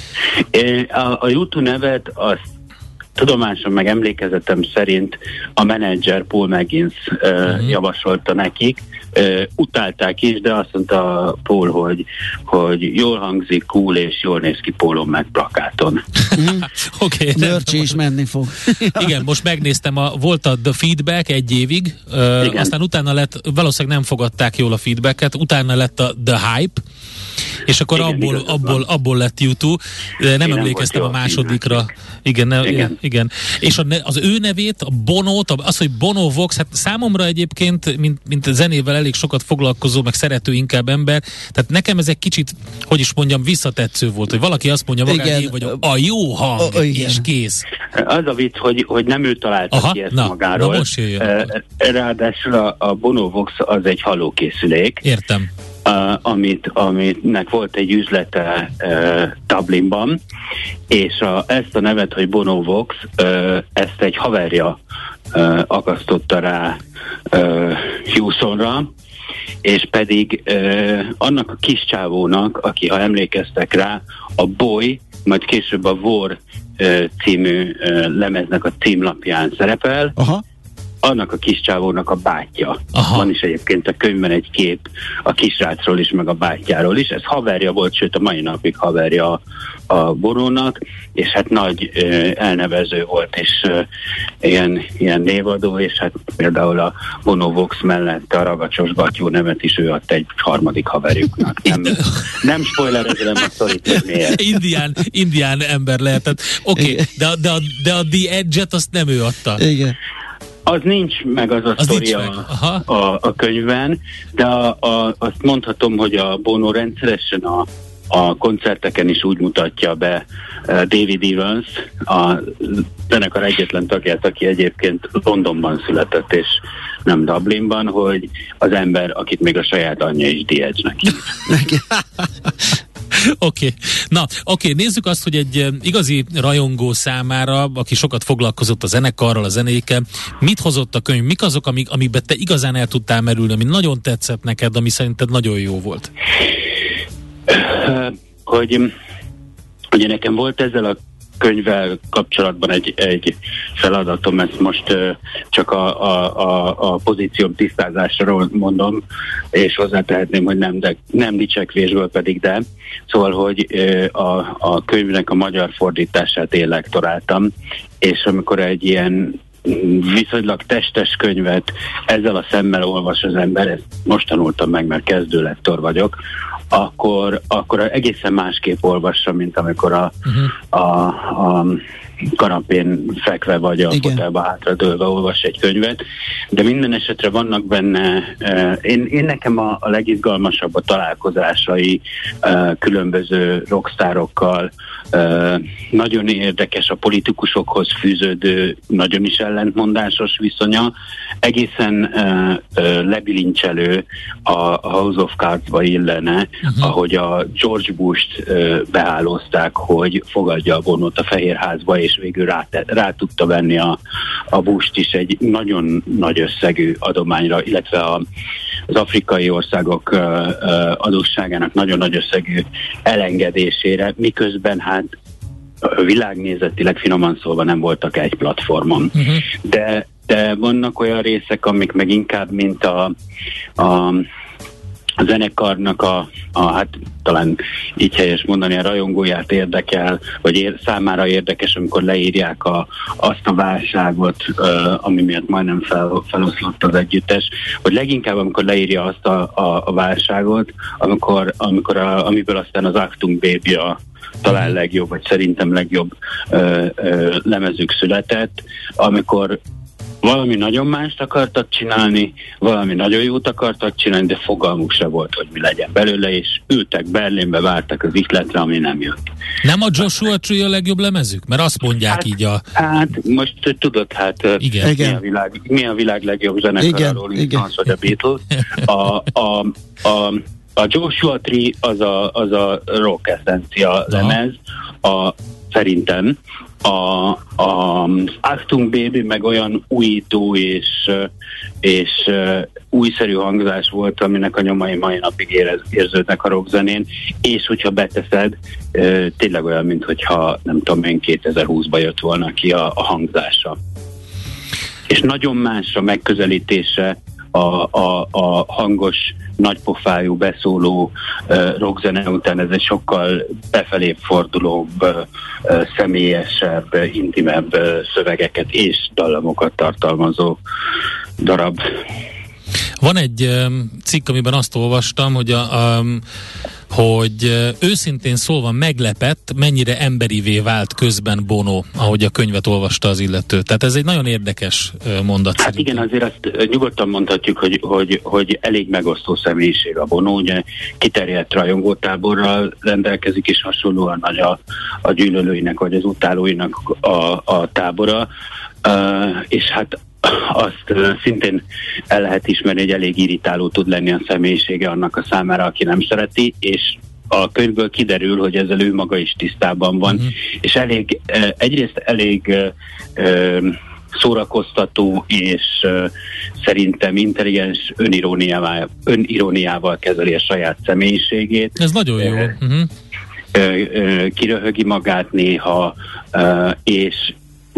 Speaker 7: A, a U kettő nevet azt tudomásom meg emlékezetem szerint a menedzser Paul Maggins uh, uh-huh. javasolta nekik. Uh, utálták is, de azt mondta Paul, hogy, hogy jól hangzik, cool és jól néz ki pólon meg plakáton.
Speaker 4: Oké.
Speaker 3: Okay, Mörcsi is menni fog.
Speaker 4: Igen, most megnéztem, a, volt a The Feedback egy évig, uh, aztán utána lett, valószínűleg nem fogadták jól a feedbacket, utána lett a The Hype, és akkor igen, abból, abból, abból lett U kettő, nem Én emlékeztem nem a másodikra. Igen, ne, igen. igen. És a, az ő nevét, a Bonót, az, hogy Bono Vox, hát számomra egyébként, mint, mint zenével elég sokat foglalkozó, meg szerető inkább ember, tehát nekem ez egy kicsit, hogy is mondjam, visszatetsző volt, hogy valaki azt mondja magáné, hogy a jó hang, o, és kész.
Speaker 7: Az a vicc, hogy, hogy nem ő találta Aha, ki ezt
Speaker 4: na,
Speaker 7: magáról.
Speaker 4: Na most jöjjön.
Speaker 7: Ráadásul a, a Bono Vox az egy hallókészülék.
Speaker 4: Értem.
Speaker 7: Uh, amit, aminek volt egy üzlete uh, Dublinban, és a, ezt a nevet, hogy Bono Vox, uh, ezt egy haverja uh, akasztotta rá uh, Hewsonra, és pedig uh, annak a kis csávónak, aki, ha emlékeztek rá, a Boy, majd később a War uh, című uh, lemeznek a címlapján szerepel.
Speaker 3: Aha.
Speaker 7: annak a kis csávónak a bátyja.
Speaker 4: Aha.
Speaker 7: Van is egyébként a könyvben egy kép a kisrácról is, meg a bátyjáról is. Ez haverja volt, sőt a mai napig haverja a, a Bonónak, és hát nagy ö, elnevező volt, és ö, ilyen, ilyen névadó, és hát például a Bono Vox mellett a Ragacsos Batyó nevet is ő adta egy harmadik haverjuknak. Nem, nem spoilerezem a szorít, hogy miért.
Speaker 4: Indián, indián ember lehetett. Oké, okay, de, de, a, de a The Edge-et azt nem ő adta.
Speaker 3: Igen.
Speaker 7: Az nincs meg az a
Speaker 4: az
Speaker 7: sztori a, a, a könyvben, de a, a, azt mondhatom, hogy a Bono rendszeresen a, a koncerteken is úgy mutatja be uh, David Evans, a zenekar egyetlen tagját, aki egyébként Londonban született, és nem Dublinban, hogy az ember, akit még a saját anyja is The Edge-nek hív.
Speaker 4: Oké, okay. Na, oké, okay. Nézzük azt, hogy egy igazi rajongó számára, aki sokat foglalkozott a zenekarral, a zenékkel, mit hozott a könyv, mik azok, amik, amikben te igazán el tudtál merülni, ami nagyon tetszett neked, ami szerinted nagyon jó volt?
Speaker 7: Hogy ugye nekem volt ezzel a könyvvel kapcsolatban egy, egy feladatom, ezt most uh, csak a, a, a, a pozícióm tisztázásról mondom, és hozzátehetném, hogy nem, de, nem dicsekvésből pedig, de szóval, hogy uh, a, a könyvnek a magyar fordítását én lektoráltam, és amikor egy ilyen viszonylag testes könyvet ezzel a szemmel olvas az ember, ezt most tanultam meg, mert kezdő lektor vagyok, akkor, akkor egészen másképp olvassa, mint amikor a, uh-huh. a, a kanapén fekve vagy a fotelba hátradőlve olvas egy könyvet, de minden esetre vannak benne, uh, én, én nekem a, a legizgalmasabb a találkozásai uh, különböző rockstárokkal, uh, nagyon érdekes a politikusokhoz fűződő, nagyon is ellentmondásos viszonya, egészen uh, uh, lebilincselő a, a House of Cards-ba illene, uh-huh. ahogy a George Bush-t uh, beállozták, hogy fogadja a Bonót a Fehérházba, és végül rá, rá tudta venni a, a Bush-t is egy nagyon nagy összegű adományra, illetve a, az afrikai országok uh, uh, adósságának nagyon nagy összegű elengedésére, miközben hát világnézetileg finoman szólva nem voltak egy platformon. Uh-huh. De, de vannak olyan részek, amik meg inkább, mint a, a a zenekarnak a, a, hát talán így helyes mondani, a rajongóját érdekel, vagy ér, számára érdekes, amikor leírják a, azt a válságot, uh, ami miatt majdnem fel, feloszlott az együttes, hogy leginkább amikor leírja azt a, a, a válságot, amikor, amikor a, amiből aztán az Achtung Baby a talán legjobb, vagy szerintem legjobb uh, uh, lemezük született, amikor valami nagyon mást akartak csinálni, valami nagyon jót akartak csinálni, de fogalmuk se volt, hogy mi legyen belőle, és ültek Berlinbe, vártak az ihletre, ami nem jött.
Speaker 4: Nem a Joshua Tree a legjobb lemezük? Mert azt mondják
Speaker 7: hát,
Speaker 4: így a...
Speaker 7: Hát most tudod, hát
Speaker 4: igen.
Speaker 7: Mi, a világ, mi a világ legjobb zenekar, a Rolling Stones vagy a Beatles. A, a, a, a Joshua Tree az a, az a rock essencia lemez, a, szerintem. A, a Achtung Baby meg olyan újító és, és uh, újszerű hangzás volt, aminek a nyomai mai napig érez, érződnek a rockzenén, és hogyha beteszed, uh, tényleg olyan, mintha nem tudom én kétezer-húszban jött volna ki a, a hangzása. És nagyon más a megközelítése a, a, a hangos, nagypofájú, beszóló uh, rockzene után, ez egy sokkal befelé fordulóbb, uh, személyesebb, intimebb uh, szövegeket és dallamokat tartalmazó darab.
Speaker 4: Van egy um, cikk, amiben azt olvastam, hogy a, um, hogy őszintén szólva meglepett, mennyire emberivé vált közben Bono, ahogy a könyvet olvasta az illető. Tehát ez egy nagyon érdekes mondat.
Speaker 7: Hát
Speaker 4: szerintem.
Speaker 7: Igen, azért azt nyugodtan mondhatjuk, hogy, hogy, hogy elég megosztó személyiség a Bono, ugye kiterjedt rajongótáborral rendelkezik, és hasonlóan nagy a, a gyűlölőinek, vagy az utálóinak a, a tábora, uh, és hát azt uh, szintén el lehet ismerni, hogy elég irritáló tud lenni a személyisége annak a számára, aki nem szereti, és a könyvből kiderül, hogy ezzel ő maga is tisztában van, uh-huh. és elég, uh, egyrészt elég uh, uh, szórakoztató, és uh, szerintem intelligens öniróniával, öniróniával kezeli a saját személyiségét.
Speaker 4: Ez nagyon jó. Uh-huh.
Speaker 7: Uh, uh, kiröhögi magát néha, uh, és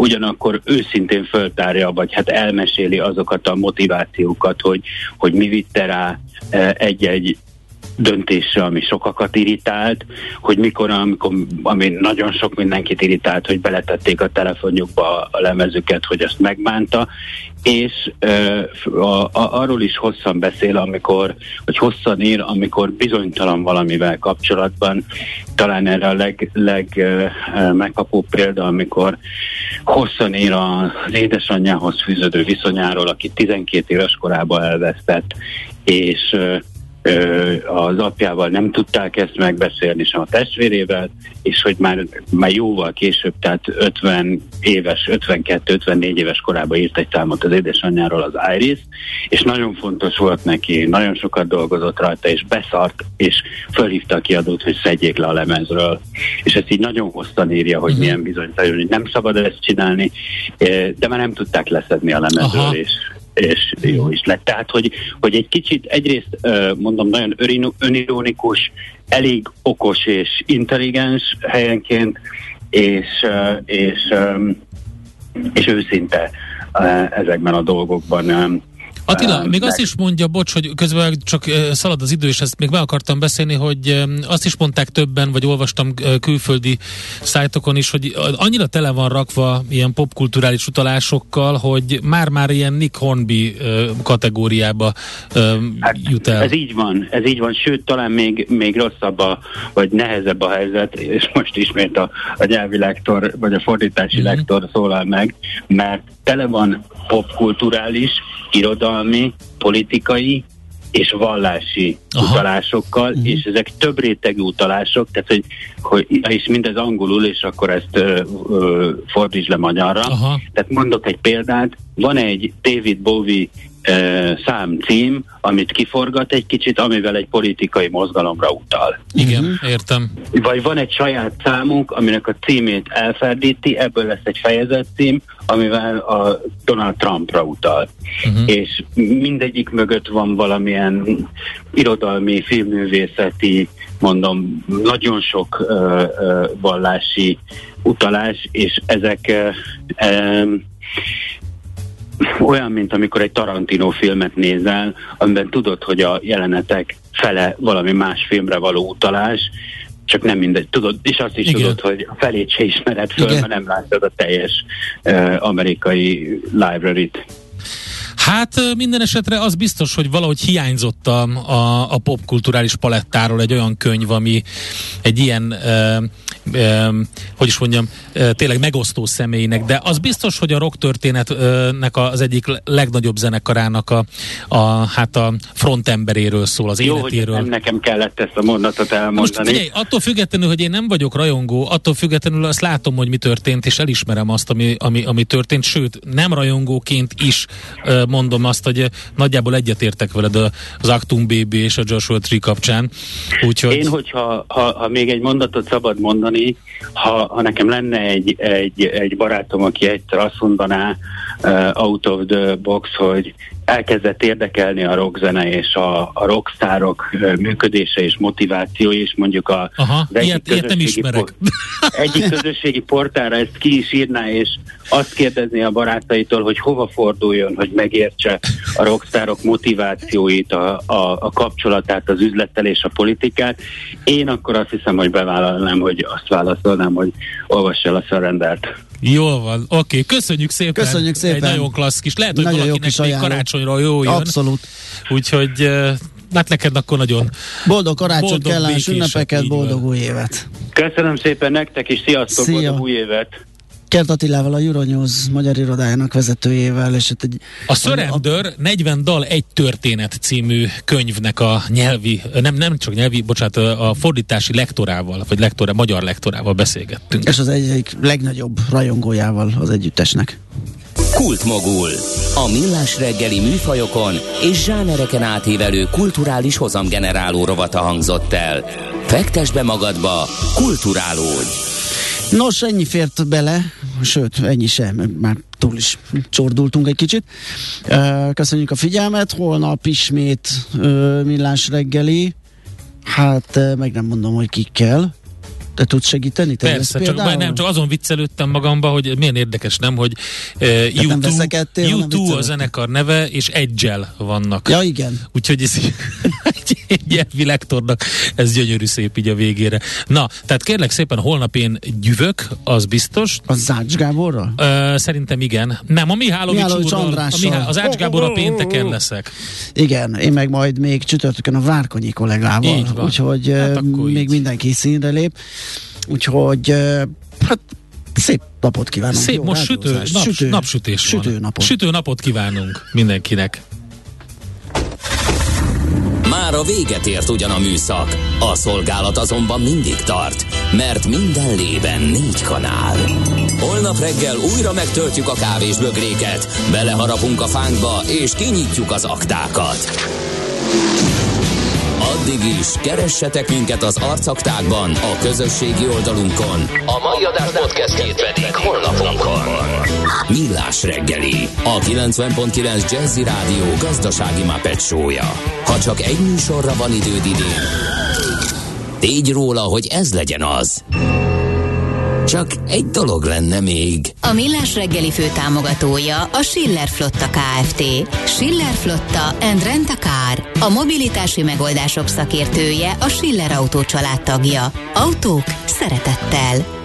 Speaker 7: ugyanakkor őszintén föltárja, vagy hát elmeséli azokat a motivációkat, hogy, hogy mi vitte rá egy-egy döntésre, ami sokakat irritált, hogy mikor, amikor, ami nagyon sok mindenkit irritált, hogy beletették a telefonjukba a lemezüket, hogy ezt megbánta, és uh, a, a, arról is hosszan beszél, amikor, hogy hosszan ír, amikor bizonytalan valamivel kapcsolatban. Talán erre a leg, leg uh, megkapóbb példa, amikor hosszan ír az édesanyjához fűződő viszonyáról, aki tizenkét éves korában elvesztett, és uh, az apjával nem tudták ezt megbeszélni, sem a testvérével, és hogy már, már jóval később, tehát ötven éves, ötvenkettő ötvennégy éves korában írt egy számot az édesanyjáról, az Iris, és nagyon fontos volt neki, nagyon sokat dolgozott rajta, és beszart, és fölhívta a kiadót, hogy szedjék le a lemezről. És ezt így nagyon hosszan írja, hogy uh-huh. milyen bizonytalan, hogy nem szabad ezt csinálni, de már nem tudták leszedni a lemezről, Aha. és és jó is lett. Tehát, hogy, hogy egy kicsit egyrészt mondom, nagyon önironikus, elég okos és intelligens helyenként, és, és, és őszinte ezekben a dolgokban.
Speaker 4: Attila, még azt is mondja, bocs, hogy közben csak szalad az idő, és ezt még be akartam beszélni, hogy azt is mondták többen, vagy olvastam külföldi szájtokon is, hogy annyira tele van rakva ilyen popkulturális utalásokkal, hogy már-már ilyen Nick Hornby kategóriába hát, jut el.
Speaker 7: Ez így van, ez így van, sőt, talán még, még rosszabb, a, vagy nehezebb a helyzet, és most ismét a, a nyelvi lektor, vagy a fordítási mm-hmm. lektor szólal meg, mert tele van popkulturális, irodalmi, politikai és vallási Aha. utalásokkal, uh-huh. és ezek több rétegű utalások, tehát hogy, hogy és mindez angolul, és akkor ezt ö, ö, fordítsd le magyarra. Aha. Tehát mondok egy példát, van egy David Bowie ö, számcím, amit kiforgat egy kicsit, amivel egy politikai mozgalomra utal.
Speaker 4: Igen, uh-huh. értem.
Speaker 7: Vagy van egy saját számunk, aminek a címét elferdíti, ebből lesz egy fejezet cím, amivel a Donald Trumpra utal. Uh-huh. És mindegyik mögött van valamilyen irodalmi, filmművészeti, mondom, nagyon sok uh, uh, vallási utalás, és ezek uh, um, olyan, mint amikor egy Tarantino filmet nézel, amiben tudod, hogy a jelenetek fele valami más filmre való utalás, csak nem mindegy, tudod, és azt is Igen. tudod, hogy a felét se ismered föl, Igen. mert nem látod a teljes uh, amerikai library-t.
Speaker 4: Hát minden esetre az biztos, hogy valahogy hiányzott a, a, a popkulturális palettáról egy olyan könyv, ami egy ilyen, e, e, hogy is mondjam, e, tényleg megosztó személynek, de az biztos, hogy a rock történetnek az egyik legnagyobb zenekarának a, a, hát a frontemberéről szól, az
Speaker 7: Jó,
Speaker 4: életéről.
Speaker 7: Hogy nem nekem kellett ezt a mondatot elmondani.
Speaker 4: Most figyelj, attól függetlenül, hogy én nem vagyok rajongó, attól függetlenül azt látom, hogy mi történt, és elismerem azt, ami, ami, ami történt, sőt, nem rajongóként is e, mondom azt, hogy nagyjából egyetértek veled az Actum bé bé és a Joshua Tree kapcsán. Úgyhogy...
Speaker 7: Én, hogyha ha, ha még egy mondatot szabad mondani, ha, ha nekem lenne egy, egy, egy barátom, aki egyszer azt mondaná uh, out of the box, hogy elkezdett érdekelni a rockzene és a, a rockstárok uh, működése és motiváció, és mondjuk a
Speaker 4: Aha, ilyet, ilyet nem ismerek.
Speaker 7: Por, egyik közösségi portára ezt ki is írná, és azt kérdezni a barátaitól, hogy hova forduljon, hogy megértse a rockstárok motivációit, a, a, a kapcsolatát, az üzlettel és a politikát. Én akkor azt hiszem, hogy bevállalnám, hogy azt válaszolnám, hogy olvass el a Surrendert.
Speaker 4: Jól van, oké, okay. Köszönjük szépen.
Speaker 3: Köszönjük szépen.
Speaker 4: Egy nagyon klassz kis. Lehet, hogy nagyon valakinek még karácsonyra jó jön.
Speaker 3: Abszolút.
Speaker 4: Úgyhogy hát neked akkor nagyon
Speaker 3: boldog karácsonyt, kellemes ünnepeket, boldog új évet.
Speaker 7: Köszönöm szépen nektek, és sziasztok,
Speaker 3: Szia.
Speaker 7: boldog új évet.
Speaker 3: Kert Attilával, a Euronews magyar irodájának vezetőjével. És egy,
Speaker 4: a Surrender a... negyven dal egy történet című könyvnek a nyelvi, nem, nem csak nyelvi, bocsánat, a fordítási lektorával, vagy lektora, magyar lektorával beszélgettünk.
Speaker 3: És az egyik legnagyobb rajongójával az együttesnek.
Speaker 1: Kultmogul. A millás reggeli műfajokon és zsánereken átívelő kulturális hozamgeneráló rovata hangzott el. Fektesd be magadba, kulturálódj!
Speaker 3: Nos, ennyi fért bele, sőt, ennyi sem, már túl is csordultunk egy kicsit. Köszönjük a figyelmet, holnap ismét millás reggeli, hát meg nem mondom, hogy kikkel, Te tudsz segíteni? Te
Speaker 4: Persze, csak, nem, csak azon viccelődtem magamba, hogy milyen érdekes, nem, hogy uh, U kettő, U kettő a zenekar neve, és Edge-el vannak.
Speaker 3: Ja, igen.
Speaker 4: Úgyhogy ez egy, egy elvi lektornak ez gyönyörű szép így a végére. Na, tehát kérlek szépen, holnap én jövök, az biztos.
Speaker 3: A Zács Gáborra?
Speaker 4: Uh, szerintem igen. Nem, a Mihálovics úrral. A Mihá- az Ács Gábor a pénteken leszek.
Speaker 3: Igen, én meg majd még csütörtökön a Várkonyi kollégával. Úgyhogy hát még így. Mindenki színre lép. Úgyhogy hát szép napot kívánunk.
Speaker 4: Szép, jó, most sütő, nap, sütő, napsütés
Speaker 3: sütő
Speaker 4: van.
Speaker 3: Napot.
Speaker 4: Sütő napot kívánunk mindenkinek.
Speaker 1: Már a véget ért ugyan a műszak, a szolgálat azonban mindig tart, mert minden lében négy kanál. Holnap reggel újra megtöltjük a kávés bögréket, beleharapunk a fánkba és kinyitjuk az aktákat. Addig is keressetek minket az arcaktákban, a közösségi oldalunkon. A mai adás podcastjét pedig honlapunkon. Millás reggeli, a kilencven pont kilenc Jazzy Rádió gazdasági Muppet show-ja. Ha csak egy műsorra van időd idén, tégy róla, hogy ez legyen az. Csak egy dolog lenne még.
Speaker 2: A Millás reggeli fő támogatója a Schiller Flotta Kft. Schiller Flotta and Rent a Car. A mobilitási megoldások szakértője, a Schiller Autó család tagja. Autók szeretettel.